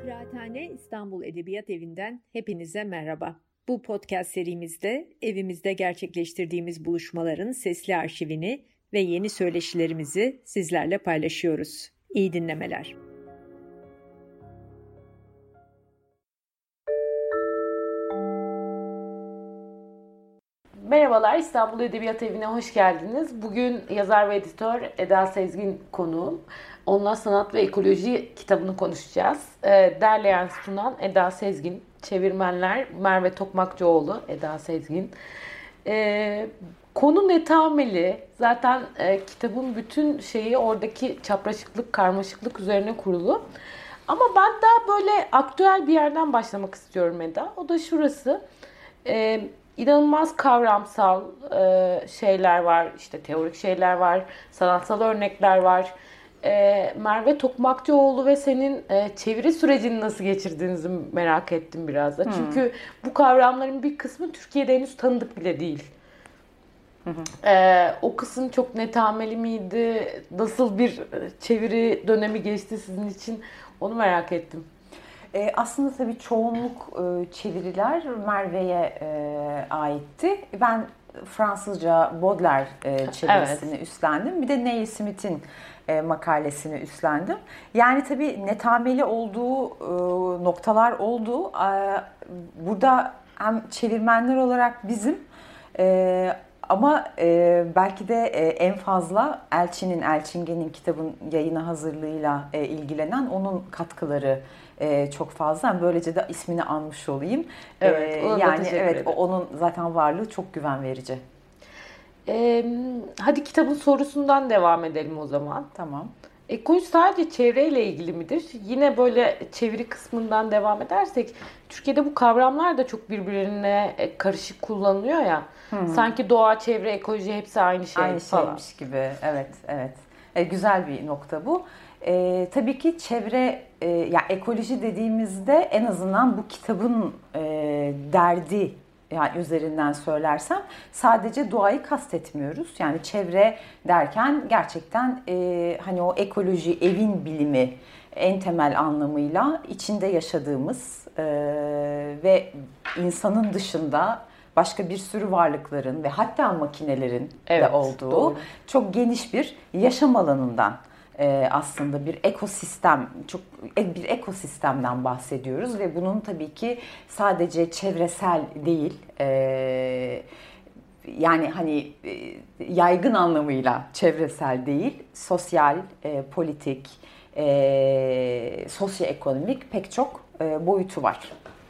Kıraathane İstanbul Edebiyat Evi'nden hepinize merhaba. Bu podcast serimizde evimizde gerçekleştirdiğimiz buluşmaların sesli arşivini ve yeni söyleşilerimizi sizlerle paylaşıyoruz. İyi dinlemeler. Merhabalar, İstanbul Edebiyat Evi'ne hoş geldiniz. Bugün yazar ve editör Eda Sezgin konuğum. Onunla Sanat ve Ekoloji kitabını konuşacağız. Derleyen sunan Eda Sezgin, çevirmenler Merve Tokmakçıoğlu, Eda Sezgin. Konu netameli. Zaten kitabın bütün şeyi oradaki çapraşıklık, karmaşıklık üzerine kurulu. Ama ben daha böyle aktüel bir yerden başlamak istiyorum Eda. O da şurası. İnanılmaz kavramsal şeyler var, işte teorik şeyler var, sanatsal örnekler var. Merve Tokmakçıoğlu ve senin çeviri sürecini nasıl geçirdiğinizi merak ettim biraz da. Çünkü bu kavramların bir kısmı Türkiye'de henüz tanıdık bile değil. O kısım çok netameli miydi? Nasıl bir çeviri dönemi geçti sizin için? Onu merak ettim. Aslında tabii çoğunluk çeviriler Merve'ye aitti. Ben Fransızca Baudelaire çevirisini üstlendim. Bir de Neil Smith'in makalesini üstlendim. Yani tabii netameli olduğu noktalar oldu. Burada hem çevirmenler olarak bizim ama belki de en fazla Elçingen'in kitabın yayına hazırlığıyla ilgilenen onun katkıları çok fazla. Böylece de ismini anmış olayım. Evet, yani evet, onun zaten varlığı çok güven verici. Hadi kitabın sorusundan devam edelim o zaman. Tamam. Ekoloji sadece çevreyle ilgili midir? Yine böyle çeviri kısmından devam edersek, Türkiye'de bu kavramlar da çok birbirine karışık kullanılıyor ya. Sanki doğa, çevre, ekoloji hepsi aynı şey falan. Şeymiş gibi. Evet. Güzel bir nokta bu. Tabii ki çevre, ya ekoloji dediğimizde en azından bu kitabın derdi, yani üzerinden söylersem sadece doğayı kastetmiyoruz. Yani çevre derken gerçekten hani o ekoloji, evin bilimi en temel anlamıyla içinde yaşadığımız ve insanın dışında başka bir sürü varlıkların ve hatta makinelerin de olduğu çok geniş bir yaşam alanından aslında bir ekosistemden bahsediyoruz ve bunun tabii ki sadece çevresel değil, yani hani yaygın anlamıyla çevresel değil, sosyal, politik, sosyoekonomik pek çok boyutu var.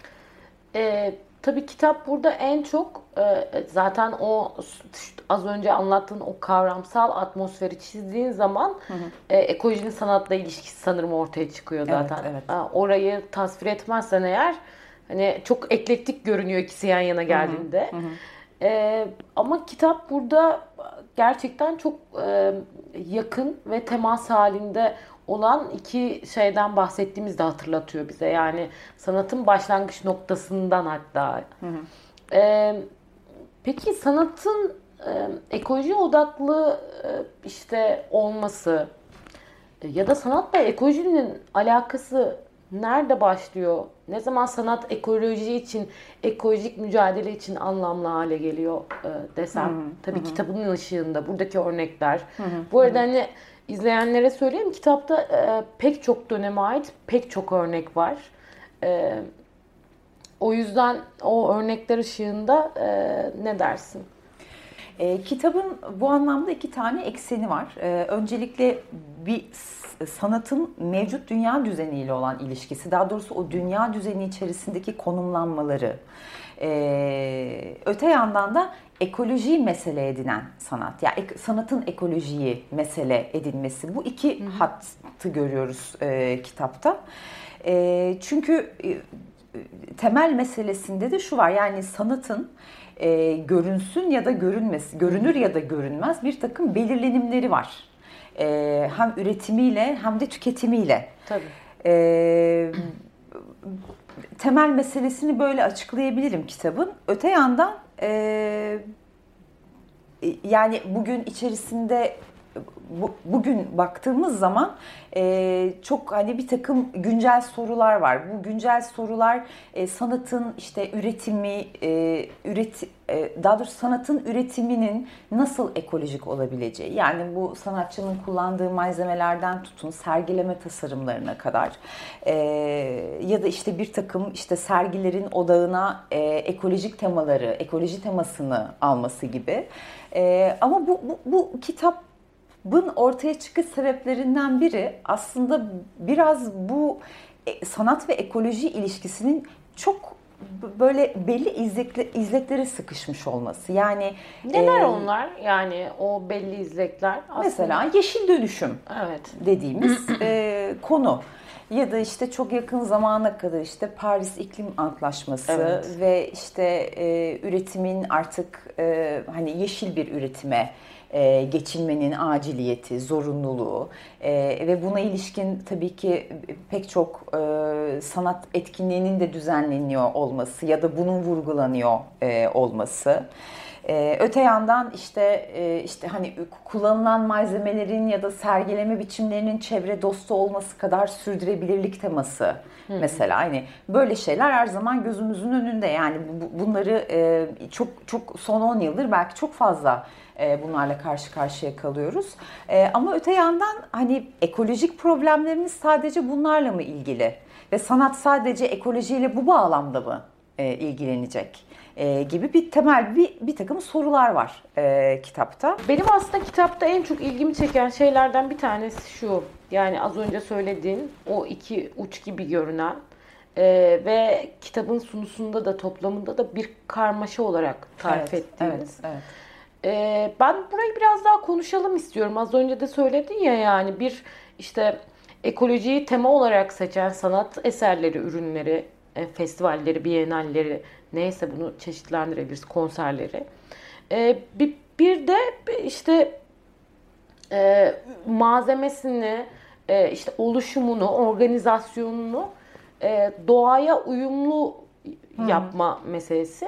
Tabii kitap burada en çok zaten o az önce anlattığın o kavramsal atmosferi çizdiğin zaman ekolojinin sanatla ilişkisi sanırım ortaya çıkıyor zaten. Evet. Orayı tasvir etmezsen eğer hani çok eklektik görünüyor ikisi yan yana geldiğinde. Ama kitap burada gerçekten çok yakın ve temas halinde olan iki şeyden bahsettiğimizi de hatırlatıyor bize. Yani sanatın başlangıç noktasından hatta. Peki sanatın ekoloji odaklı işte olması ya da sanatla ekolojinin alakası nerede başlıyor? Ne zaman sanat ekoloji için, ekolojik mücadele için anlamlı hale geliyor desem. Tabii kitabının ışığında buradaki örnekler. Bu arada hani İzleyenlere söyleyeyim, kitapta pek çok döneme ait pek çok örnek var. O yüzden o örnekler ışığında ne dersin? Kitabın bu anlamda iki tane ekseni var. Öncelikle bir sanatın mevcut dünya düzeniyle olan ilişkisi, daha doğrusu o dünya düzeni içerisindeki konumlanmaları. Öte yandan da ekolojiyi mesele edinen sanat, yani sanatın ekolojiyi mesele edinmesi. Bu iki hattı görüyoruz kitapta. Çünkü temel meselesinde de şu var, yani sanatın görünsün ya da görünmez, görünür ya da görünmez bir takım belirlenimleri var. Hem üretimiyle hem de tüketimiyle. Tabii. Temel meselesini böyle açıklayabilirim kitabın. Öte yandan yani bugün içerisinde bugün baktığımız zaman çok hani bir takım güncel sorular var. Bu güncel sorular sanatın işte üretimi, daha doğrusu sanatın üretiminin nasıl ekolojik olabileceği, yani bu sanatçının kullandığı malzemelerden tutun sergileme tasarımlarına kadar ya da işte bir takım işte sergilerin odağına ekolojik temaları, ekoloji temasını alması gibi. Ama bu kitabın ortaya çıkış sebeplerinden biri aslında biraz bu sanat ve ekoloji ilişkisinin çok böyle belli izleklere sıkışmış olması. Yani neler onlar? Yani o belli izlekler. Aslında... Mesela yeşil dönüşüm dediğimiz konu. Ya da işte çok yakın zamana kadar işte Paris İklim Antlaşması ve işte üretimin artık hani yeşil bir üretime geçilmenin aciliyeti, zorunluluğu ve buna ilişkin tabii ki pek çok sanat etkinliğinin de düzenleniyor olması ya da bunun vurgulanıyor olması. Öte yandan işte hani kullanılan malzemelerin ya da sergileme biçimlerinin çevre dostu olması kadar sürdürülebilirlik teması mesela hani böyle şeyler her zaman gözümüzün önünde, yani bunları çok son 10 yıldır belki çok fazla bunlarla karşı karşıya kalıyoruz. Ama öte yandan hani ekolojik problemlerimiz sadece bunlarla mı ilgili ve sanat sadece ekolojiyle bu bağlamda mı ilgilenecek gibi bir temel bir takım sorular var kitapta. Benim aslında kitapta en çok ilgimi çeken şeylerden bir tanesi şu. Yani az önce söylediğin o iki uç gibi görünen ve kitabın sunusunda da toplamında da bir karmaşa olarak tarif ettiğimiz. Evet. Ben burayı biraz daha konuşalım istiyorum. Az önce de söyledin ya, yani bir işte ekolojiyi tema olarak seçen sanat eserleri, ürünleri, festivalleri, bienalleri, neyse bunu çeşitlendirebiliriz, konserleri. Bir de işte malzemesini, işte oluşumunu, organizasyonunu doğaya uyumlu yapma meselesi.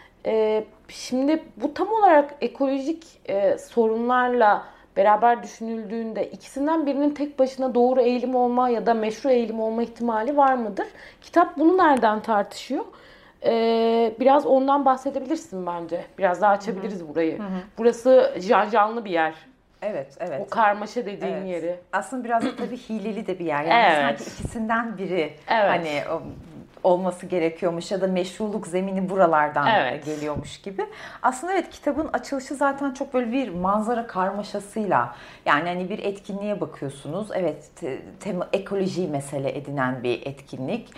Şimdi bu tam olarak ekolojik sorunlarla beraber düşünüldüğünde ikisinden birinin tek başına doğru eğilim olma ya da meşru eğilim olma ihtimali var mıdır? Kitap bunu nereden tartışıyor? Biraz ondan bahsedebilirsin bence. Biraz daha açabiliriz burayı. Burası canlı bir yer. Evet. O karmaşa dediğin yeri. Aslında biraz da tabii hileli de bir yer. Yani sanki ikisinden biri hani olması gerekiyormuş ya da meşruluk zemini buralardan geliyormuş gibi. Aslında evet, kitabın açılışı zaten çok böyle bir manzara karmaşasıyla, yani hani bir etkinliğe bakıyorsunuz. Evet, ekoloji mesele edinen bir etkinlik.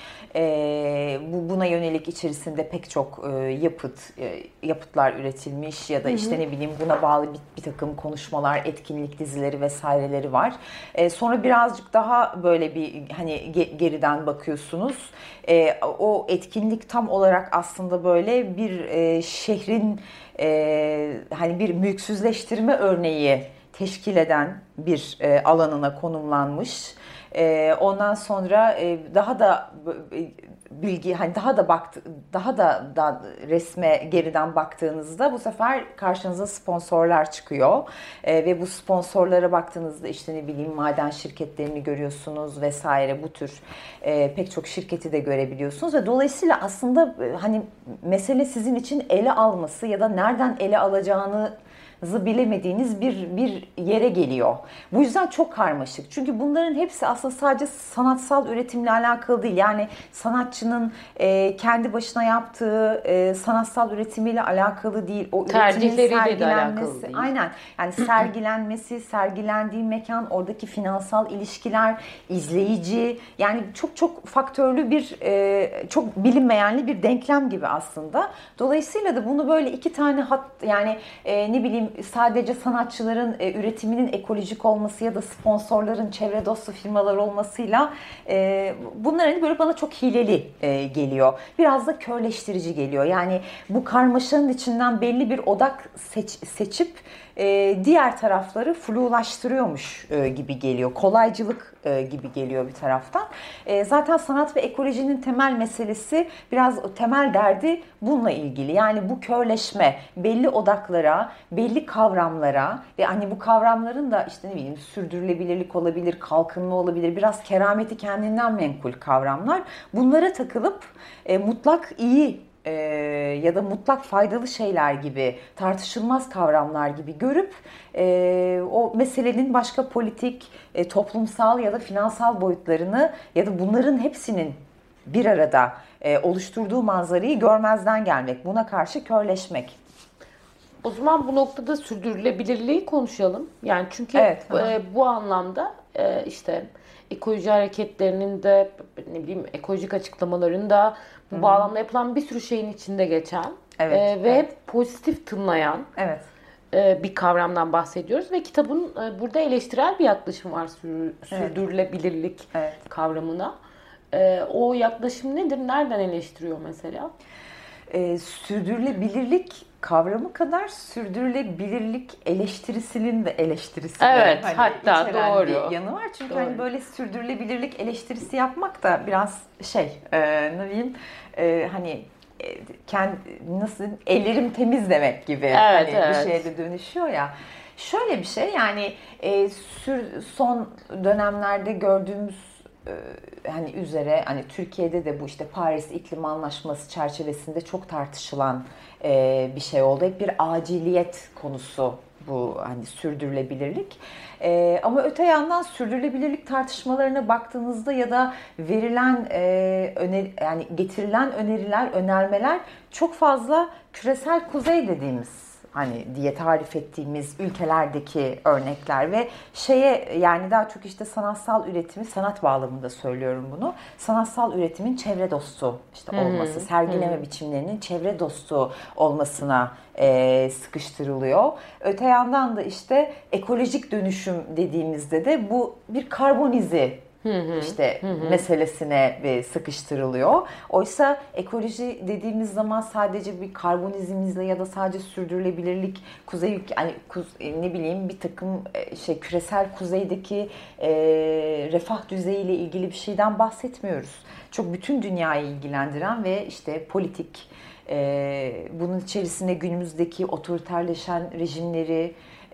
Buna yönelik içerisinde pek çok yapıtlar üretilmiş ya da işte ne bileyim buna bağlı bir takım konuşmalar, etkinlik dizileri vesaireleri var. Sonra birazcık daha böyle bir hani geriden bakıyorsunuz. O etkinlik tam olarak aslında böyle bir şehrin hani bir mülksüzleştirme örneği teşkil eden bir alanına konumlanmış. Ondan sonra daha da bilgi, hani daha da resme geriden baktığınızda bu sefer karşınıza sponsorlar çıkıyor ve bu sponsorlara baktığınızda işte ne bileyim maden şirketlerini görüyorsunuz vesaire, bu tür pek çok şirketi de görebiliyorsunuz ve dolayısıyla aslında hani mesele sizin için ele alması ya da nereden ele alacağını bilemediğiniz bir yere geliyor. Bu yüzden çok karmaşık. Çünkü bunların hepsi aslında sadece sanatsal üretimle alakalı değil. Yani sanatçının kendi başına yaptığı sanatsal üretimiyle alakalı değil. O tercihleriyle de alakalı değil. Aynen. Yani sergilenmesi, sergilendiği mekan, oradaki finansal ilişkiler, izleyici, yani çok faktörlü bir çok bilinmeyenli bir denklem gibi aslında. Dolayısıyla da bunu böyle iki tane yani ne bileyim sadece sanatçıların üretiminin ekolojik olması ya da sponsorların çevre dostu firmalar olmasıyla bunların böyle bana çok hileli geliyor. Biraz da körleştirici geliyor. Yani bu karmaşanın içinden belli bir odak seçip diğer tarafları flulaştırıyormuş gibi geliyor. Kolaycılık gibi geliyor bir taraftan. Zaten sanat ve ekolojinin temel meselesi, biraz temel derdi bununla ilgili. Yani bu körleşme, belli odaklara, belli kavramlara ve hani bu kavramların da işte ne bileyim sürdürülebilirlik olabilir, kalkınma olabilir, biraz kerameti kendinden menkul kavramlar. Bunlara takılıp mutlak iyi ya da mutlak faydalı şeyler gibi, tartışılmaz kavramlar gibi görüp o meselenin başka politik, toplumsal ya da finansal boyutlarını ya da bunların hepsinin bir arada oluşturduğu manzarayı görmezden gelmek, buna karşı körleşmek. O zaman bu noktada sürdürülebilirliği konuşalım. Yani çünkü Evet, bu anlamda işte ekoloji hareketlerinin de ne bileyim ekolojik açıklamaların da bu bağlamda yapılan bir sürü şeyin içinde geçen ve hep pozitif tınlayan bir kavramdan bahsediyoruz ve kitabın burada eleştirel bir yaklaşım var sürdürülebilirlik kavramına. O yaklaşım nedir? Nereden eleştiriyor mesela? Sürdürülebilirlik kavramı kadar sürdürülebilirlik eleştirisinin de eleştirisi evet, hani hatta doğru bir yanı var. Çünkü hani böyle sürdürülebilirlik eleştirisi yapmak da biraz ne diyeyim hani nasıl ellerim temiz demek gibi bir şeye de dönüşüyor ya. Şöyle bir şey yani son dönemlerde gördüğümüz hani üzere hani Türkiye'de de bu işte Paris İklim Anlaşması çerçevesinde çok tartışılan bir şey oldu. Hep bir aciliyet konusu bu hani sürdürülebilirlik. Ama öte yandan sürdürülebilirlik tartışmalarına baktığınızda ya da verilen yani getirilen öneriler, önermeler çok fazla küresel kuzey dediğimiz hani diye tarif ettiğimiz ülkelerdeki örnekler ve yani daha çok işte sanatsal üretimi, sanat bağlamında söylüyorum bunu. Sanatsal üretimin çevre dostu işte olması, sergileme biçimlerinin çevre dostu olmasına sıkıştırılıyor. Öte yandan da işte ekolojik dönüşüm dediğimizde de bu bir karbonize meselesine sıkıştırılıyor. Oysa ekoloji dediğimiz zaman sadece bir karbonizmizle ya da sadece sürdürülebilirlik, kuzey yani ne bileyim bir takım küresel kuzeydeki refah düzeyiyle ilgili bir şeyden bahsetmiyoruz. Çok bütün dünyayı ilgilendiren ve işte politik, bunun içerisinde günümüzdeki otoriterleşen rejimleri,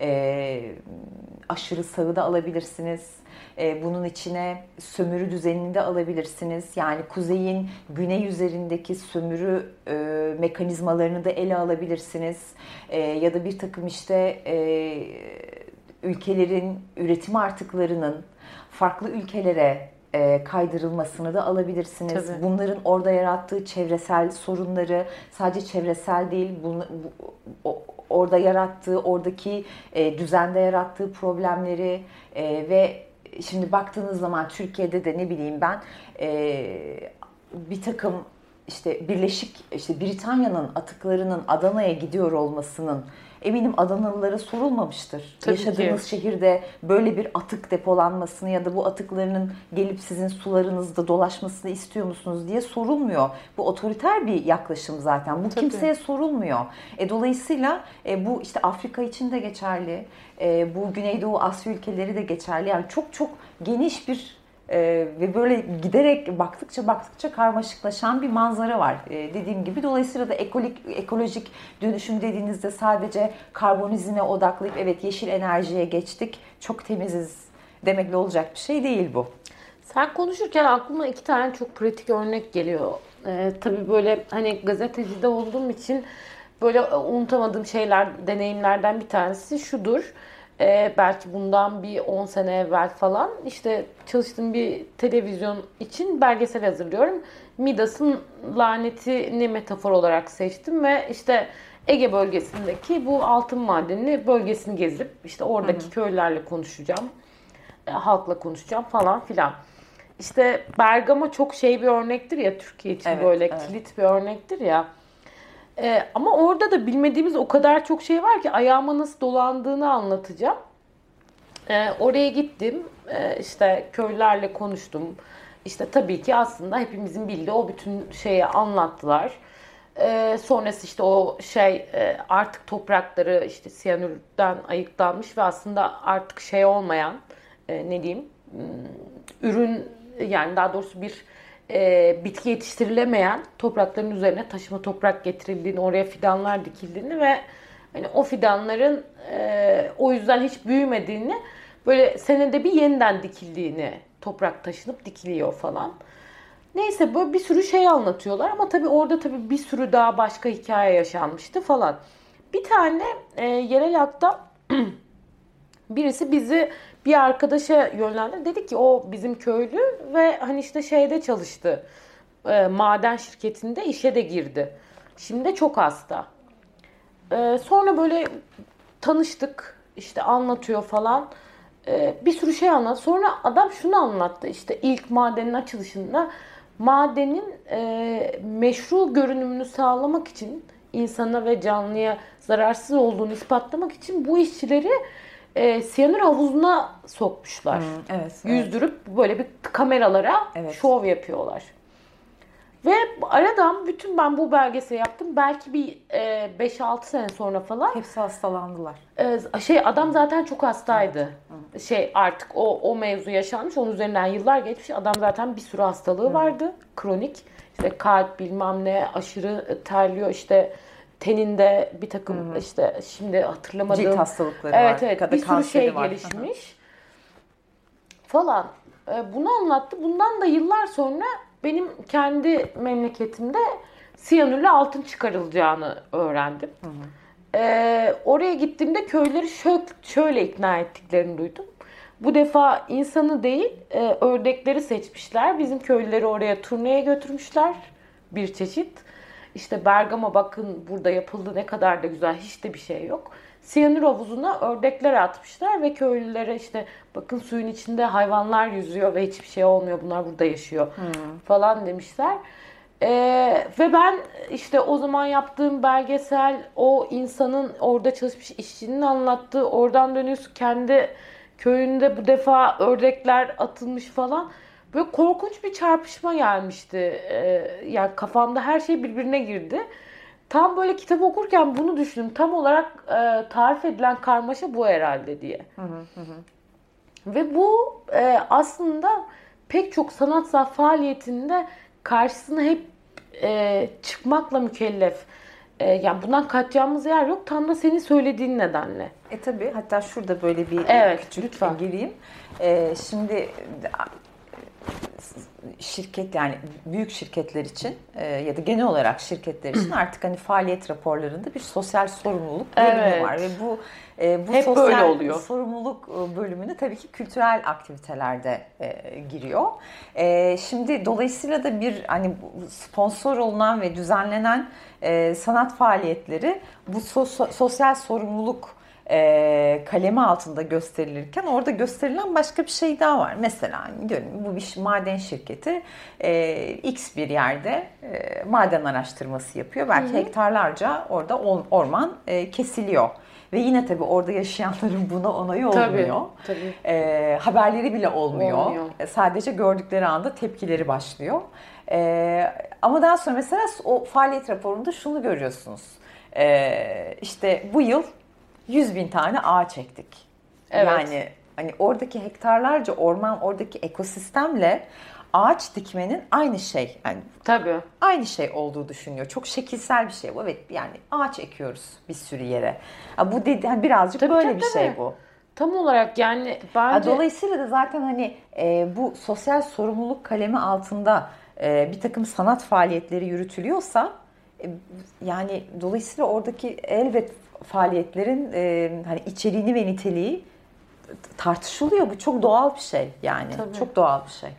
aşırı sağı da alabilirsiniz. Bunun içine sömürü düzenini de alabilirsiniz. Yani kuzeyin güney üzerindeki sömürü mekanizmalarını da ele alabilirsiniz. Ya da bir takım işte ülkelerin üretim artıklarının farklı ülkelere kaydırılmasını da alabilirsiniz. Tabii. Bunların orada yarattığı çevresel sorunları, sadece çevresel değil, orada yarattığı, oradaki düzende yarattığı problemleri ve şimdi baktığınız zaman Türkiye'de de ne bileyim ben bir takım işte Britanya'nın atıklarının Adana'ya gidiyor olmasının eminim Adanalılara sorulmamıştır. Tabii yaşadığınız ki. şehirde böyle bir atık depolanmasını ya da bu atıklarının gelip sizin sularınızda dolaşmasını istiyor musunuz diye sorulmuyor. Bu otoriter bir yaklaşım zaten. Bu kimseye sorulmuyor. Dolayısıyla bu işte Afrika için de geçerli. Bu Güneydoğu Asya ülkeleri de geçerli. Yani çok çok geniş bir ve böyle giderek baktıkça karmaşıklaşan bir manzara var. Dediğim gibi dolayısıyla da ekolojik dönüşüm dediğinizde sadece karbonizme odaklayıp evet yeşil enerjiye geçtik, çok temiziz demekle olacak bir şey değil bu. Sen konuşurken aklıma 2 tane çok pratik örnek geliyor. Tabii böyle hani gazetecide olduğum için böyle unutamadığım deneyimlerden bir tanesi şudur. Belki bundan bir 10 sene evvel falan işte çalıştığım bir televizyon için belgesel hazırlıyorum. Midas'ın lanetini metafor olarak seçtim ve işte Ege bölgesindeki bu altın madeni bölgesini gezip işte oradaki köylülerle konuşacağım. Halkla konuşacağım falan filan. İşte Bergama çok bir örnektir ya Türkiye için böyle kilit bir örnektir ya. Ama orada da bilmediğimiz o kadar çok şey var ki ayağıma nasıl dolandığını anlatacağım. Oraya gittim, işte köylülerle konuştum. İşte tabii ki aslında hepimizin bildiği o bütün şeyi anlattılar. Sonrası işte o artık toprakları işte siyanürden ayıklanmış ve aslında artık olmayan ne diyeyim ürün, yani daha doğrusu bir bitki yetiştirilemeyen toprakların üzerine taşıma toprak getirildiğini, oraya fidanlar dikildiğini ve hani o fidanların o yüzden hiç büyümediğini, böyle senede bir yeniden dikildiğini, toprak taşınıp dikiliyor falan. Neyse, böyle bir sürü anlatıyorlar ama tabii orada bir sürü daha başka hikaye yaşanmıştı falan. Bir tane yerel halkta birisi bizi bir arkadaşa yönlendirdi. Dedi ki o bizim köylü ve hani işte çalıştı. Maden şirketinde işe de girdi. Şimdi de çok hasta. Sonra böyle tanıştık. İşte anlatıyor falan. Bir sürü anlattı. Sonra adam şunu anlattı. İşte ilk madenin açılışında madenin meşru görünümünü sağlamak için, insana ve canlıya zararsız olduğunu ispatlamak için bu işçileri siyanür havuzuna sokmuşlar. Evet. Yüzdürüp böyle bir kameralara şov yapıyorlar. Ve aradan ben bu belgeseli yaptım. Belki bir 5-6 sene sonra falan. Hepsi hastalandılar. Adam zaten çok hastaydı. Artık o mevzu yaşanmış. Onun üzerinden yıllar geçmiş. Adam zaten bir sürü hastalığı vardı. Kronik. İşte kalp bilmem ne, aşırı terliyor, işte teninde bir takım işte şimdi hatırlamadığım cilt hastalıkları var. Evet, bir sürü gelişmiş. Falan. Bunu anlattı. Bundan da yıllar sonra benim kendi memleketimde siyanürle altın çıkarılacağını öğrendim. Oraya gittiğimde köyleri şöyle ikna ettiklerini duydum. Bu defa insanı değil, ördekleri seçmişler. Bizim köylüleri oraya turneye götürmüşler. Bir çeşit. İşte Bergama bakın burada yapıldı, ne kadar da güzel, hiç de bir şey yok. Siyanür havuzuna ördekler atmışlar ve köylülere işte bakın suyun içinde hayvanlar yüzüyor ve hiçbir şey olmuyor, bunlar burada yaşıyor falan demişler. Ve ben işte o zaman yaptığım belgesel, o insanın orada çalışmış işçinin anlattığı, oradan dönüyorsun kendi köyünde bu defa ördekler atılmış falan. Böyle korkunç bir çarpışma gelmişti. Yani kafamda her şey birbirine girdi. Tam böyle kitabı okurken bunu düşündüm. Tam olarak tarif edilen karmaşa bu herhalde diye. Ve bu aslında pek çok sanatsal faaliyetinde karşısına hep çıkmakla mükellef. Yani bundan kaçacağımız yer yok. Tam da senin söylediğin nedenle. Tabii, hatta şurada böyle bir küçük lütfen gireyim. Şimdi şirket, yani büyük şirketler için ya da genel olarak şirketler için artık hani faaliyet raporlarında bir sosyal sorumluluk bölümü var ve bu hep sosyal böyle oluyor. Sorumluluk bölümünde tabii ki kültürel aktivitelerde giriyor. Şimdi dolayısıyla da bir hani sponsor olunan ve düzenlenen sanat faaliyetleri bu sosyal sorumluluk kalemi altında gösterilirken orada gösterilen başka bir şey daha var. Mesela diyorum, bu bir maden şirketi X bir yerde maden araştırması yapıyor. Belki hektarlarca orada orman kesiliyor. Ve yine tabii orada yaşayanların buna onayı olmuyor. Tabii. Haberleri bile olmuyor. Sadece gördükleri anda tepkileri başlıyor. Ama daha sonra mesela o faaliyet raporunda şunu görüyorsunuz. İşte bu yıl 100.000 tane ağaç ektik. Evet. Yani hani oradaki hektarlarca orman, oradaki ekosistemle ağaç dikmenin aynı şey. Yani tabii. Aynı şey olduğu düşünüyor. Çok şekilsel bir şey bu. Evet, yani ağaç ekiyoruz bir sürü yere. Bu birazcık böyle bir şey bu. Tam olarak yani bence... Dolayısıyla da zaten hani bu sosyal sorumluluk kalemi altında bir takım sanat faaliyetleri yürütülüyorsa yani dolayısıyla oradaki elbet faaliyetlerin hani içeriğini ve niteliği tartışılıyor. Bu çok doğal bir şey yani. Tabii. Çok doğal bir şey.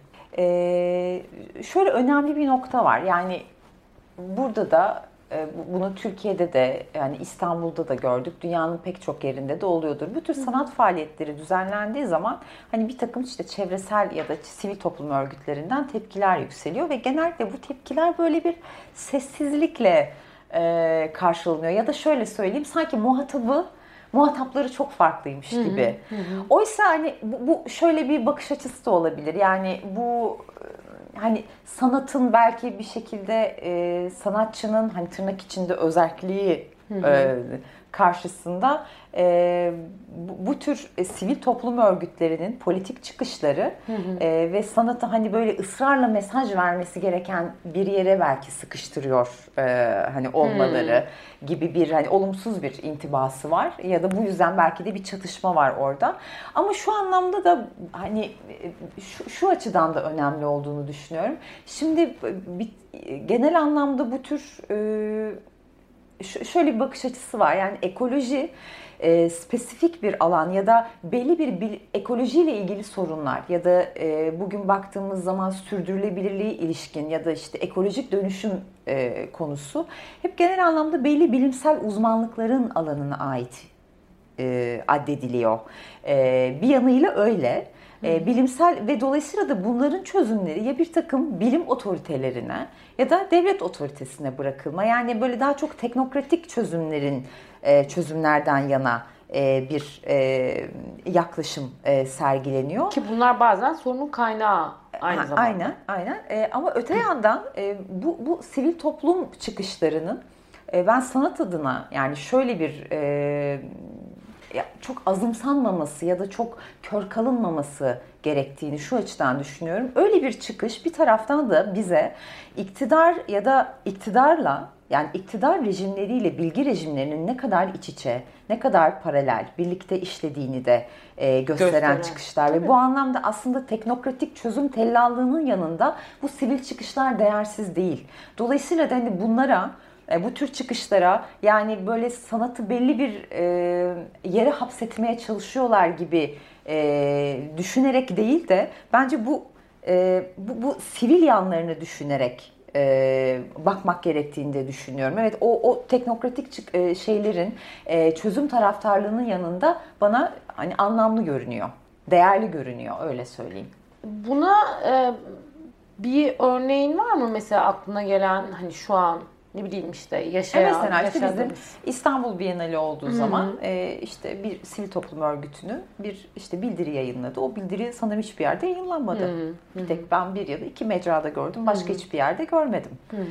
Şöyle önemli bir nokta var. Yani burada da bunu Türkiye'de de, yani İstanbul'da da gördük. Dünyanın pek çok yerinde de oluyordur. Bu tür sanat faaliyetleri düzenlendiği zaman hani bir takım işte çevresel ya da sivil toplum örgütlerinden tepkiler yükseliyor ve genellikle bu tepkiler böyle bir sessizlikle karşılanıyor. Ya da şöyle söyleyeyim, sanki muhatapları çok farklıymış gibi. Oysa hani bu şöyle bir bakış açısı da olabilir. Yani bu hani sanatın belki bir şekilde sanatçının hani tırnak içinde özerkliği karşısında bu tür sivil toplum örgütlerinin politik çıkışları ve sanatı hani böyle ısrarla mesaj vermesi gereken bir yere belki sıkıştırıyor hani olmaları gibi bir hani olumsuz bir intibası var ya da bu yüzden belki de bir çatışma var orada. Ama şu anlamda da hani şu açıdan da önemli olduğunu düşünüyorum. Şimdi genel anlamda bu tür şöyle bir bakış açısı var. Yani ekoloji spesifik bir alan ya da belli bir ekolojiyle ilgili sorunlar ya da bugün baktığımız zaman sürdürülebilirliğe ilişkin ya da işte ekolojik dönüşüm konusu hep genel anlamda belli bilimsel uzmanlıkların alanına ait addediliyor. Bir yanıyla öyle. Bilimsel ve dolayısıyla da bunların çözümleri ya bir takım bilim otoritelerine ya da devlet otoritesine bırakılma. Yani böyle daha çok teknokratik çözümlerden yana bir yaklaşım sergileniyor. Ki bunlar bazen sorunun kaynağı aynı zamanda. Aynen. Ama öte yandan bu sivil toplum çıkışlarının ben sanat adına yani şöyle bir çok azımsanmaması ya da çok kör kalınmaması gerektiğini şu açıdan düşünüyorum. Öyle bir çıkış bir taraftan da bize iktidar ya da iktidarla yani iktidar rejimleriyle bilgi rejimlerinin ne kadar iç içe, ne kadar paralel, birlikte işlediğini de gösteren çıkışlar. Tabii. Ve bu anlamda aslında teknokratik çözüm tellallığının yanında bu sivil çıkışlar değersiz değil. Dolayısıyla da hani bunlara bu tür çıkışlara yani böyle sanatı belli bir yere hapsetmeye çalışıyorlar gibi düşünerek değil de bence bu sivil yanlarını düşünerek bakmak gerektiğini de düşünüyorum. Evet o teknokratik şeylerin çözüm taraftarlığının yanında bana hani anlamlı görünüyor, değerli görünüyor öyle söyleyeyim. Buna bir örneğin var mı mesela aklına gelen hani şu an? Ne bileyim işte mesela işte bizim İstanbul Bienali olduğu zaman işte bir sivil toplum örgütünün bir işte bildiri yayınladı. O bildiri sanırım hiçbir yerde yayınlanmadı. Bir tek ben bir ya da iki mecrada gördüm. Başka hiçbir yerde görmedim.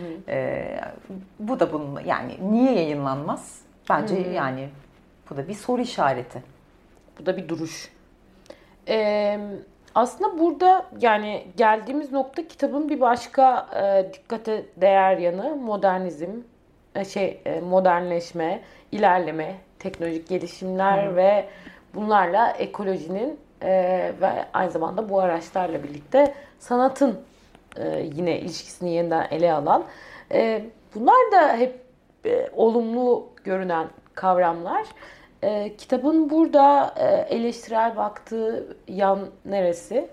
Bu da bunun yani niye yayınlanmaz? Bence yani bu da bir soru işareti. Bu da bir duruş. Aslında burada yani geldiğimiz nokta kitabın bir başka dikkate değer yanı modernizm, modernleşme, ilerleme, teknolojik gelişimler ve bunlarla ekolojinin ve aynı zamanda bu araçlarla birlikte sanatın yine ilişkisini yeniden ele alan. Bunlar da hep olumlu görünen kavramlar. Kitabın burada eleştirel baktığı yan neresi?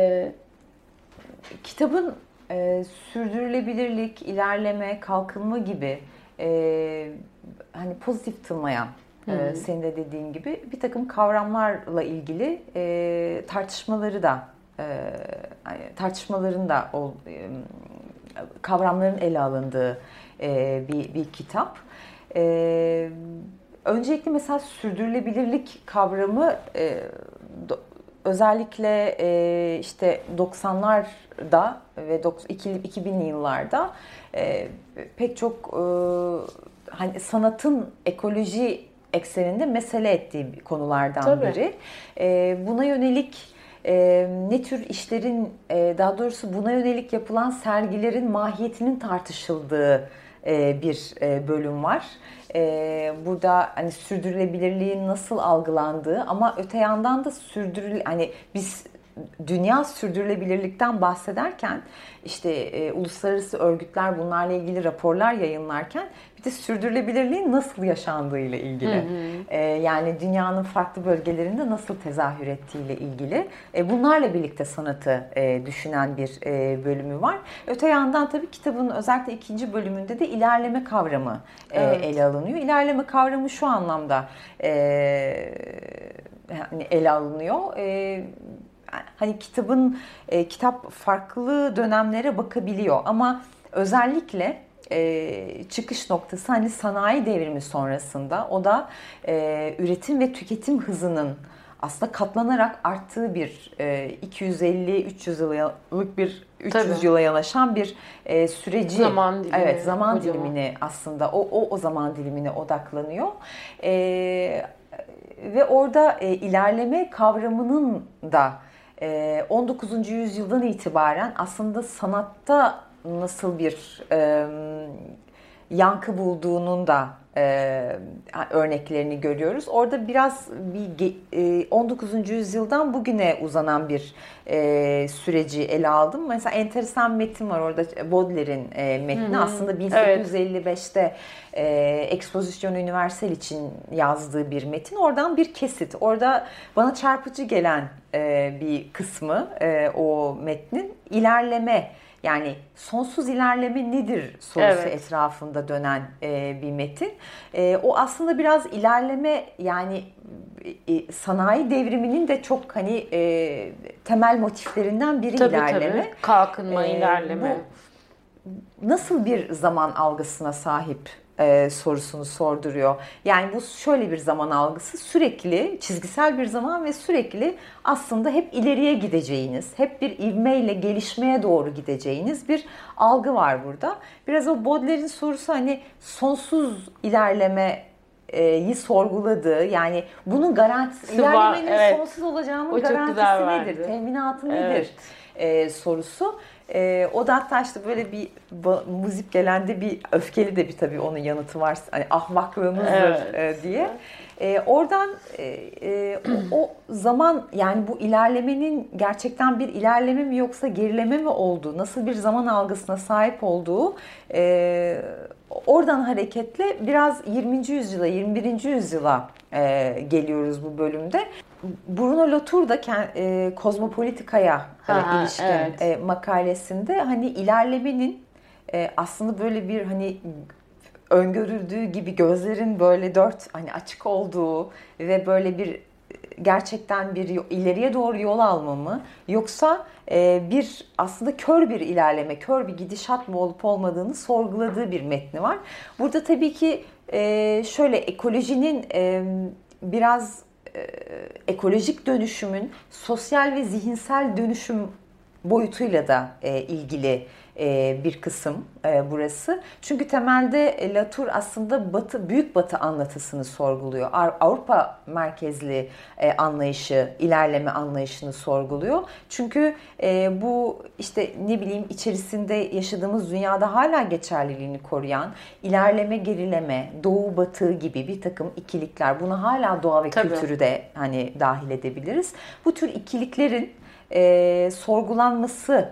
Kitabın sürdürülebilirlik, ilerleme, kalkınma gibi hani pozitif tınlayan senin de dediğin gibi bir takım kavramlarla ilgili tartışmaların da kavramların ele alındığı bir kitap. Öncelikle mesela sürdürülebilirlik kavramı özellikle işte 90'larda ve 2000'li yıllarda pek çok hani sanatın ekoloji ekseninde mesele ettiği konulardan biri. Buna yönelik ne tür işlerin daha doğrusu buna yönelik yapılan sergilerin mahiyetinin tartışıldığı bir bölüm var. Burada hani sürdürülebilirliğin nasıl algılandığı ama öte yandan da hani biz dünya sürdürülebilirlikten bahsederken işte uluslararası örgütler bunlarla ilgili raporlar yayınlarken bir de sürdürülebilirliğin nasıl yaşandığıyla ilgili. Yani dünyanın farklı bölgelerinde nasıl tezahür ettiğiyle ilgili. Bunlarla birlikte sanatı düşünen bir bölümü var. Öte yandan tabii kitabın özellikle ikinci bölümünde de ilerleme kavramı ele alınıyor. İlerleme kavramı şu anlamda hani ele alınıyor. Hani kitap farklı dönemlere bakabiliyor ama özellikle çıkış noktası hani sanayi devrimi sonrasında o da üretim ve tüketim hızının aslında katlanarak arttığı bir 250-300 yıllık bir 300 Tabii. yıla yanaşan bir süreci, Zaman dilimi, evet, zaman kocaman. dilimini aslında o zaman dilimine odaklanıyor. Ve orada ilerleme kavramının da 19. yüzyıldan itibaren aslında sanatta nasıl bir yankı bulduğunun da örneklerini görüyoruz. Orada biraz bir 19. yüzyıldan bugüne uzanan bir süreci ele aldım. Mesela enteresan bir metin var orada, Baudelaire'in metni. Aslında 1855'te Exposition Universelle için yazdığı bir metin. Oradan bir kesit. Orada bana çarpıcı gelen bir kısmı o metnin ilerleme, yani sonsuz ilerleme nedir sorusu etrafında dönen bir metin. O aslında biraz ilerleme, yani sanayi devriminin de çok hani temel motiflerinden biri ilerleme. Tabii. Kalkınma, ilerleme. Bu nasıl bir zaman algısına sahip sorusunu sorduruyor. Yani bu şöyle bir zaman algısı, sürekli çizgisel bir zaman ve sürekli aslında hep ileriye gideceğiniz, hep bir ivmeyle gelişmeye doğru gideceğiniz bir algı var burada. Biraz o Baudelaire'in sorusu hani sonsuz ilerlemeyi sorguladığı, yani bunun garantisi, ilerlemenin sonsuz olacağının garantisi nedir, teminatı nedir sorusu. O da hatta işte böyle bir müzik gelende bir öfkeli de bir tabii onun yanıtı var. Hani ahmaklığınızdır diye. Oradan o zaman, yani bu ilerlemenin gerçekten bir ilerleme mi yoksa gerileme mi olduğu, nasıl bir zaman algısına sahip olduğu, oradan hareketle biraz 20. yüzyıla, 21. yüzyıla geliyoruz bu bölümde. Bruno Latour da Kozmopolitika'ya ilişkin makalesinde hani ilerlemenin aslında böyle bir hani öngörüldüğü gibi gözlerin böyle dört hani açık olduğu ve böyle bir gerçekten bir ileriye doğru yol alma mı, yoksa bir aslında kör bir ilerleme, kör bir gidişat mı olup olmadığını sorguladığı bir metni var. Burada tabii ki şöyle ekolojinin biraz ekolojik dönüşümün sosyal ve zihinsel dönüşüm boyutuyla da ilgili bir kısım burası. Çünkü temelde Latour aslında Büyük Batı anlatısını sorguluyor. Avrupa merkezli anlayışı, ilerleme anlayışını sorguluyor. Çünkü bu işte ne bileyim içerisinde yaşadığımız dünyada hala geçerliliğini koruyan ilerleme, gerileme, doğu batı gibi bir takım ikilikler. Buna hala doğa ve kültürü de hani dahil edebiliriz. Bu tür ikiliklerin sorgulanması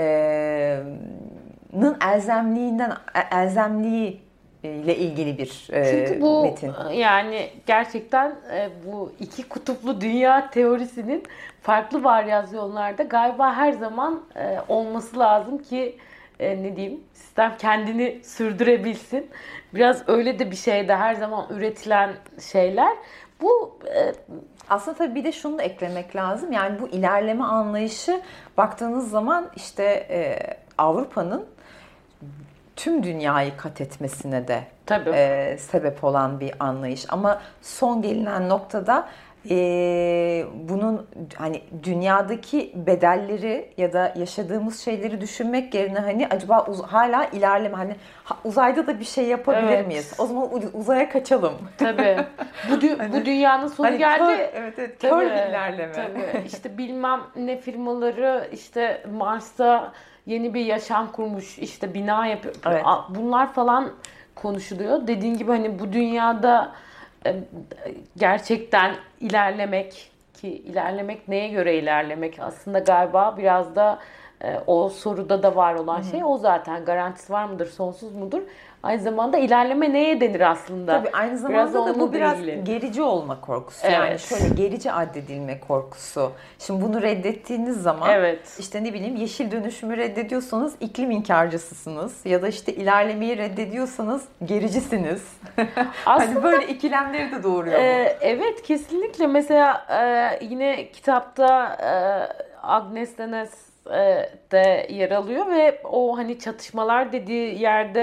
elzemliği ile ilgili bir Çünkü bu metin. Yani gerçekten bu iki kutuplu dünya teorisinin farklı varyasyonlarda galiba her zaman olması lazım ki ne diyeyim, sistem kendini sürdürebilsin. Biraz öyle de bir şeyde her zaman üretilen şeyler. Bu aslında tabii bir de şunu da eklemek lazım. Yani bu ilerleme anlayışı baktığınız zaman işte Avrupa'nın tüm dünyayı kat etmesine de sebep olan bir anlayış. Ama son gelinen noktada bunun hani dünyadaki bedelleri ya da yaşadığımız şeyleri düşünmek yerine hani acaba hala ilerleme, hani uzayda da bir şey yapabilir miyiz? O zaman uzaya kaçalım. Tabii. Bu dünyanın sonu hani geldi. Kör bir ilerleme. Tabii. İşte bilmem ne firmaları işte Mars'ta yeni bir yaşam kurmuş, işte bina yapıyor. Evet. Bunlar falan konuşuluyor. Dediğin gibi hani bu dünyada gerçekten ilerlemek, ki ilerlemek neye göre ilerlemek aslında galiba biraz da o soruda da var olan şey o zaten. Garantisi var mıdır, sonsuz mudur? Aynı zamanda ilerleme neye denir aslında? Tabii aynı zamanda da bu biraz gerici olma korkusu. Evet. Yani şöyle gerici addedilme korkusu. Şimdi bunu reddettiğiniz zaman işte ne bileyim yeşil dönüşümü reddediyorsanız iklim inkarcısısınız. Ya da işte ilerlemeyi reddediyorsanız gericisiniz. Aslında, hani böyle ikilemleri de doğuruyor bu. Evet, kesinlikle. Mesela yine kitapta Agnes Denes de yer alıyor ve o hani çatışmalar dediği yerde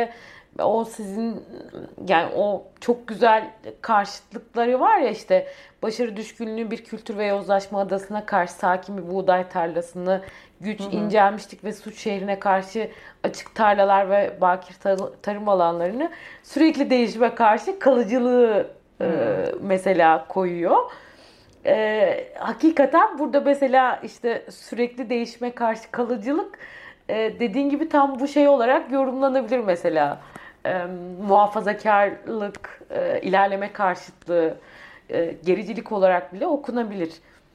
o sizin yani o çok güzel karşıtlıkları var ya, işte başarı düşkünlüğü bir kültür ve yozlaşma adasına karşı sakin bir buğday tarlasını, güç, incelmişlik ve suç şehrine karşı açık tarlalar ve bakir tarım alanlarını, sürekli değişime karşı kalıcılığı mesela koyuyor. Hakikaten burada mesela işte sürekli değişime karşı kalıcılık, dediğin gibi tam bu şey olarak yorumlanabilir mesela. Muhafazakarlık, ilerleme karşıtlığı, gericilik olarak bile okunabilir.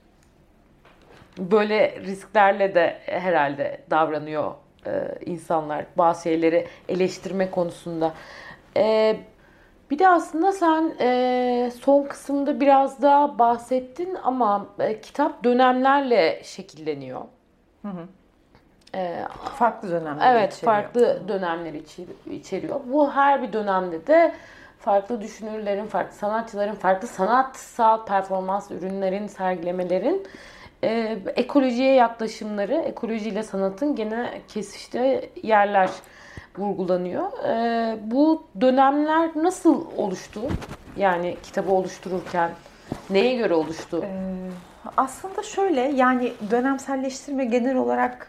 Böyle risklerle de herhalde davranıyor insanlar bazı şeyleri eleştirme konusunda. Bir de aslında sen son kısımda biraz daha bahsettin ama kitap dönemlerle şekilleniyor. Hı hı. E, Farklı dönemleri evet, içeriyor. farklı dönemleri içeriyor. Bu her bir dönemde de farklı düşünürlerin, farklı sanatçıların, farklı sanatsal performans ürünlerin, sergilemelerin ekolojiye yaklaşımları, ekolojiyle sanatın gene kesiştiği yerler vurgulanıyor. Bu dönemler nasıl oluştu? Yani kitabı oluştururken neye göre oluştu? Aslında şöyle, yani dönemselleştirme genel olarak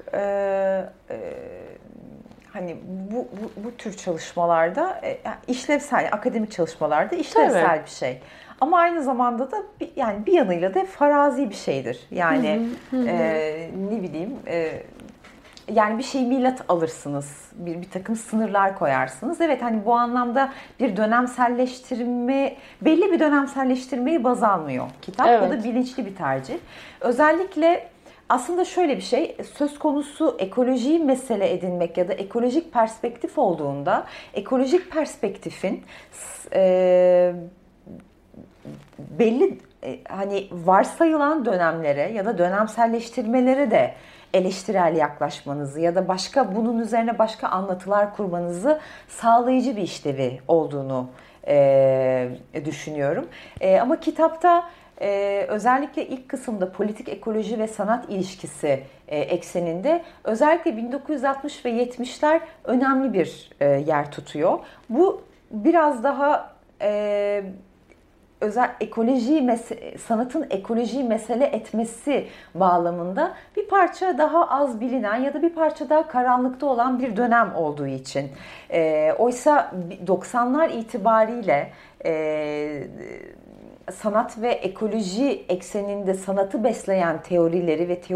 hani bu tür çalışmalarda işlevsel, akademik çalışmalarda işlevsel Tabii. bir şey. Ama aynı zamanda da yani bir yanıyla da farazi bir şeydir. Yani ne bileyim, yani bir şey milat alırsınız, bir takım sınırlar koyarsınız. Evet, hani bu anlamda bir dönemselleştirme, belli bir dönemselleştirmeyi baz almıyor kitap. Evet. Bu da bilinçli bir tercih. Özellikle aslında şöyle bir şey, söz konusu ekolojiyi mesele edinmek ya da ekolojik perspektif olduğunda, ekolojik perspektifin belli hani varsayılan dönemlere ya da dönemselleştirmelere de eleştirel yaklaşmanızı ya da başka bunun üzerine başka anlatılar kurmanızı sağlayıcı bir işlevi olduğunu düşünüyorum. Ama kitapta özellikle ilk kısımda politik ekoloji ve sanat ilişkisi ekseninde özellikle 1960 ve 70'ler önemli bir yer tutuyor. Bu biraz daha özel sanatın ekolojiyi mesele etmesi bağlamında bir parça daha az bilinen ya da bir parça daha karanlıkta olan bir dönem olduğu için. Oysa 90'lar itibariyle sanat ve ekoloji ekseninde sanatı besleyen teorileri ve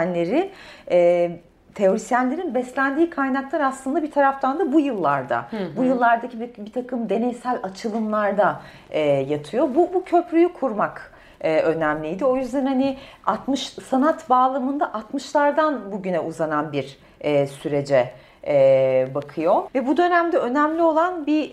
teorisyenlerin beslendiği kaynaklar aslında bir taraftan da bu yıllarda, bu yıllardaki bir takım deneysel açılımlarda yatıyor. Bu köprüyü kurmak önemliydi. O yüzden hani sanat bağlamında 60'lardan bugüne uzanan bir sürece bakıyor. Ve bu dönemde önemli olan bir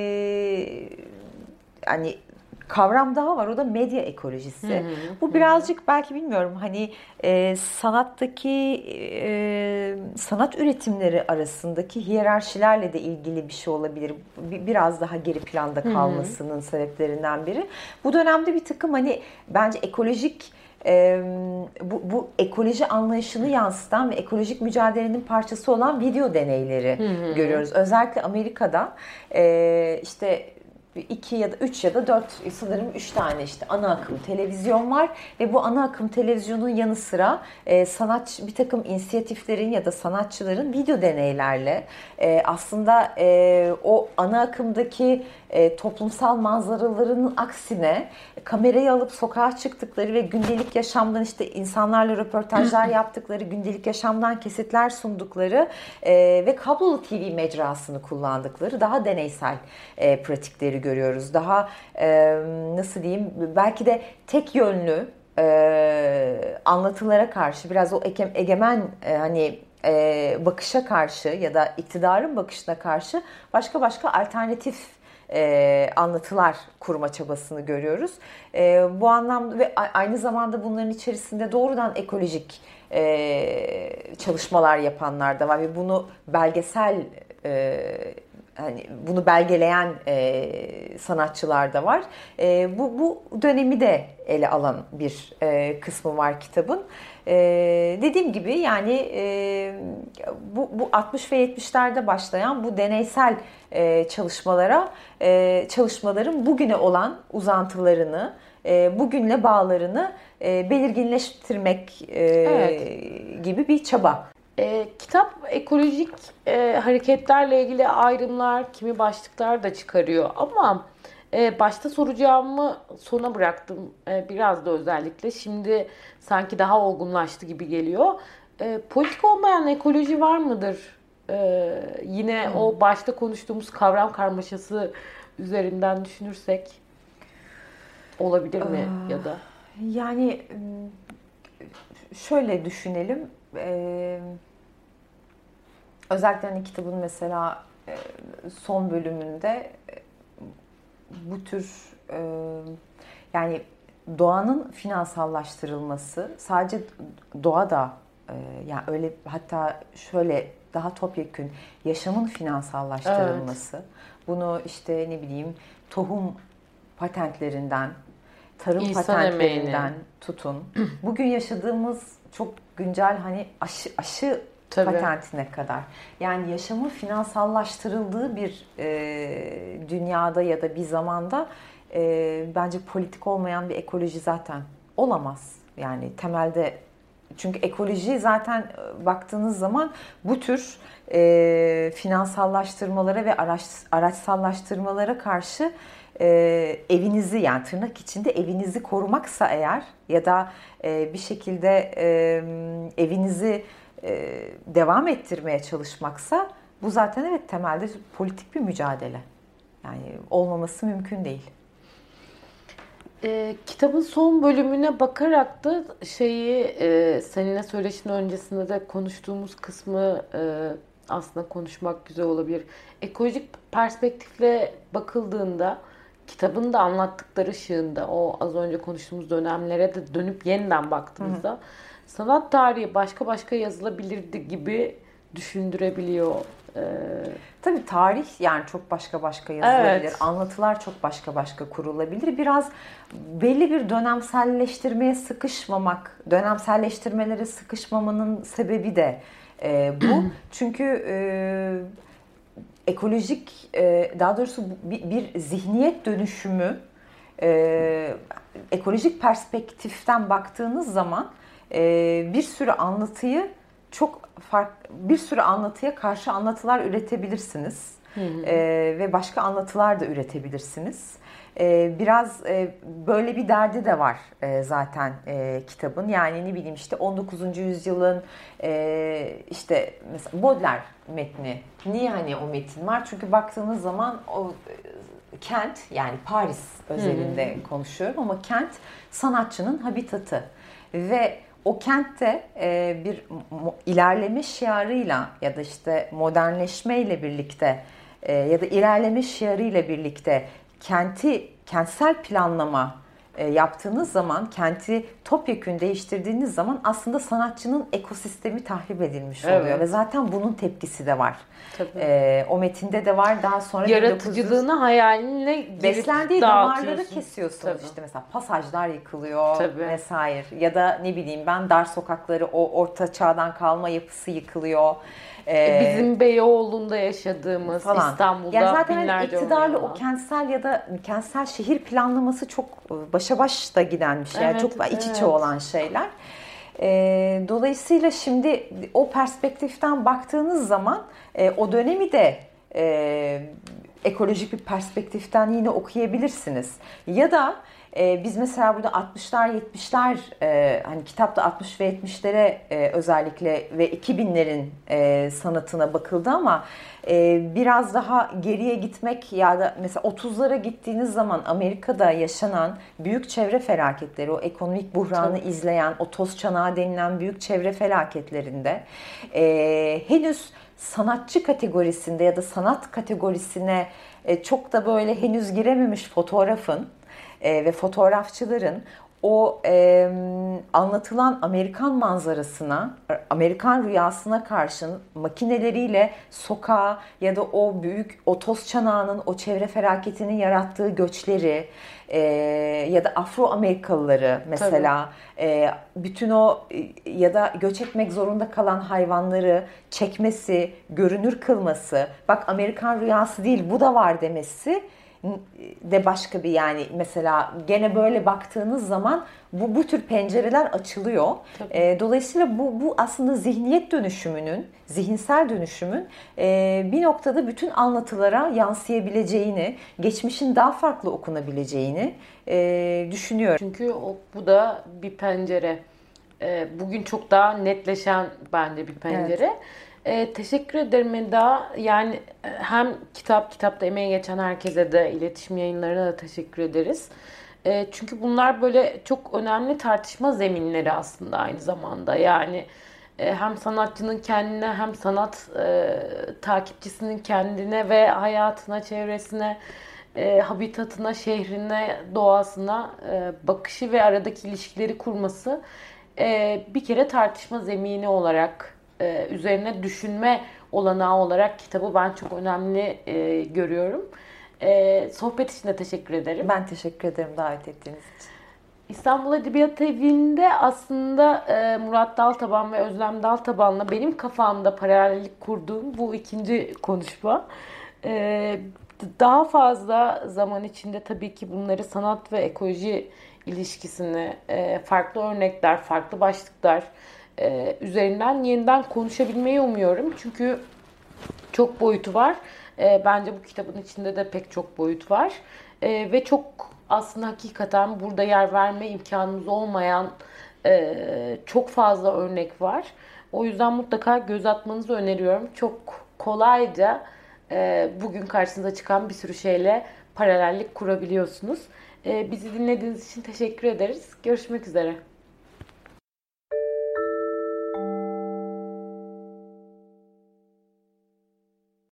hani kavram daha var. O da medya ekolojisi. Bu birazcık belki bilmiyorum hani sanattaki sanat üretimleri arasındaki hiyerarşilerle de ilgili bir şey olabilir. Biraz daha geri planda kalmasının sebeplerinden biri. Bu dönemde bir takım hani bence ekolojik bu ekoloji anlayışını yansıtan ve ekolojik mücadelenin parçası olan video deneyleri görüyoruz. Özellikle Amerika'da işte 2 ya da 3 ya da 4 sanırım 3 tane işte ana akım televizyon var ve bu ana akım televizyonun yanı sıra bir takım inisiyatiflerin ya da sanatçıların video deneylerle aslında o ana akımdaki toplumsal manzaralarının aksine kamerayı alıp sokağa çıktıkları ve gündelik yaşamdan işte insanlarla röportajlar yaptıkları, gündelik yaşamdan kesitler sundukları ve kablolu TV mecrasını kullandıkları daha deneysel pratikleri görüyoruz. Daha nasıl diyeyim, belki de tek yönlü anlatılara karşı biraz o egemen hani bakışa karşı ya da iktidarın bakışına karşı başka alternatif anlatılar kurma çabasını görüyoruz. Bu anlamda ve aynı zamanda bunların içerisinde doğrudan ekolojik çalışmalar yapanlar da var ve bunu belgesel hani bunu belgeleyen sanatçılar da var. Bu dönemi de ele alan bir kısmı var kitabın. Dediğim gibi yani bu 60 ve 70'lerde başlayan bu deneysel çalışmaların bugüne olan uzantılarını, bugünle bağlarını belirginleştirmek gibi bir çaba. Kitap ekolojik hareketlerle ilgili ayrımlar, kimi başlıklar da çıkarıyor. Ama başta soracağımı sona bıraktım. Biraz da özellikle. Şimdi sanki daha olgunlaştı gibi geliyor. Politik olmayan ekoloji var mıdır? Yine o başta konuştuğumuz kavram karmaşası üzerinden düşünürsek olabilir mi ya da? Yani şöyle düşünelim. Özellikle hani kitabın mesela son bölümünde bu tür yani doğanın finansallaştırılması, sadece doğa da yani öyle, hatta şöyle daha topyekün yaşamın finansallaştırılması. Evet. Bunu işte ne bileyim tohum patentlerinden, tarım İnsan patentlerinden emeğini tutun. Bugün yaşadığımız çok güncel hani aşı Tabii. patentine kadar. Yani yaşamın finansallaştırıldığı bir dünyada ya da bir zamanda bence politik olmayan bir ekoloji zaten olamaz. Yani temelde, çünkü ekoloji zaten baktığınız zaman bu tür finansallaştırmalara ve araçsallaştırmalara karşı evinizi, yani tırnak içinde evinizi korumaksa eğer ya da bir şekilde evinizi devam ettirmeye çalışmaksa, bu zaten evet temelde politik bir mücadele. Yani olmaması mümkün değil. Kitabın son bölümüne bakarak da seninle söyleşinin öncesinde de konuştuğumuz kısmı aslında konuşmak güzel olabilir. Ekolojik perspektifle bakıldığında kitabın da anlattıkları ışığında o az önce konuştuğumuz dönemlere de dönüp yeniden baktığımızda sanat tarihi başka yazılabilirdi gibi düşündürebiliyor. Tabii tarih yani çok başka yazılabilir. Evet. Anlatılar çok başka kurulabilir. Biraz belli bir dönemselleştirmeye dönemselleştirmelere sıkışmamanın sebebi de bu. Çünkü ekolojik, daha doğrusu bir zihniyet dönüşümü, ekolojik perspektiften baktığınız zaman bir sürü anlatıya karşı anlatılar üretebilirsiniz. Ve başka anlatılar da üretebilirsiniz. Biraz böyle bir derdi de var zaten kitabın. Yani ne bileyim işte 19. yüzyılın işte mesela Baudelaire metni. Niye hani o metin var? Çünkü baktığınız zaman o kent, yani Paris özelinde konuşuyorum ama kent sanatçının habitatı ve o kentte bir ilerleme şiarıyla ya da işte modernleşmeyle birlikte ya da ilerleme şiarıyla birlikte kentsel planlama yaptığınız zaman, kenti topyekün değiştirdiğiniz zaman aslında sanatçının ekosistemi tahrip edilmiş oluyor ve zaten bunun tepkisi de var. O metinde de var. Daha sonra yaratıcılığını hayaline beslendiği damarları kesiyorsunuz. İşte mesela pasajlar yıkılıyor vesaire. Ya da ne bileyim ben dar sokakları, o orta çağdan kalma yapısı yıkılıyor. Bizim Beyoğlu'nda yaşadığımız falan. İstanbul'da yani zaten binlerce iktidarlı o kentsel ya da kentsel şehir planlaması çok başa baş da giden bir şey. Çok iç içe olan şeyler. Dolayısıyla şimdi o perspektiften baktığınız zaman o dönemi de ekolojik bir perspektiften yine okuyabilirsiniz. Ya da biz mesela burada 60'lar 70'ler hani kitapta 60 ve 70'lere özellikle ve 2000'lerin sanatına bakıldı ama biraz daha geriye gitmek ya da mesela 30'lara gittiğiniz zaman Amerika'da yaşanan büyük çevre felaketleri, o ekonomik buhranı izleyen o toz çanağı denilen büyük çevre felaketlerinde henüz sanatçı kategorisinde ya da sanat kategorisine çok da böyle henüz girememiş fotoğrafın ve fotoğrafçıların o anlatılan Amerikan manzarasına, Amerikan rüyasına karşın makineleriyle sokağa ya da o büyük o toz çanağının o çevre felaketinin yarattığı göçleri ya da Afro-Amerikalıları mesela bütün o ya da göç etmek zorunda kalan hayvanları çekmesi, görünür kılması, bak Amerikan rüyası değil bu da var demesi de başka bir, yani mesela gene böyle baktığınız zaman bu tür pencereler açılıyor. Dolayısıyla bu aslında zihniyet dönüşümünün, zihinsel dönüşümün bir noktada bütün anlatılara yansıyabileceğini, geçmişin daha farklı okunabileceğini düşünüyorum. Çünkü bu da bir pencere. Bugün çok daha netleşen bence bir pencere. Evet. Teşekkür ederim Eda. Yani hem kitapta emeği geçen herkese de, iletişim yayınlarına da teşekkür ederiz. Çünkü bunlar böyle çok önemli tartışma zeminleri aslında aynı zamanda. Yani hem sanatçının kendine hem sanat takipçisinin kendine ve hayatına, çevresine, habitatına, şehrine, doğasına bakışı ve aradaki ilişkileri kurması bir kere tartışma zemini olarak, üzerine düşünme olanağı olarak kitabı ben çok önemli görüyorum. Sohbet için de teşekkür ederim. Ben teşekkür ederim davet ettiğiniz için. İstanbul Edebiyat Evi'nde aslında Murat Daltaban ve Özlem Daltaban'la benim kafamda paralellik kurduğum bu ikinci konuşma. Daha fazla zaman içinde tabii ki bunları sanat ve ekoloji ilişkisini, farklı örnekler, farklı başlıklar üzerinden yeniden konuşabilmeyi umuyorum. Çünkü çok boyutu var. Bence bu kitabın içinde de pek çok boyut var. Ve çok aslında hakikaten burada yer verme imkanımız olmayan çok fazla örnek var. O yüzden mutlaka göz atmanızı öneriyorum. Çok kolayca bugün karşınıza çıkan bir sürü şeyle paralellik kurabiliyorsunuz. Bizi dinlediğiniz için teşekkür ederiz. Görüşmek üzere.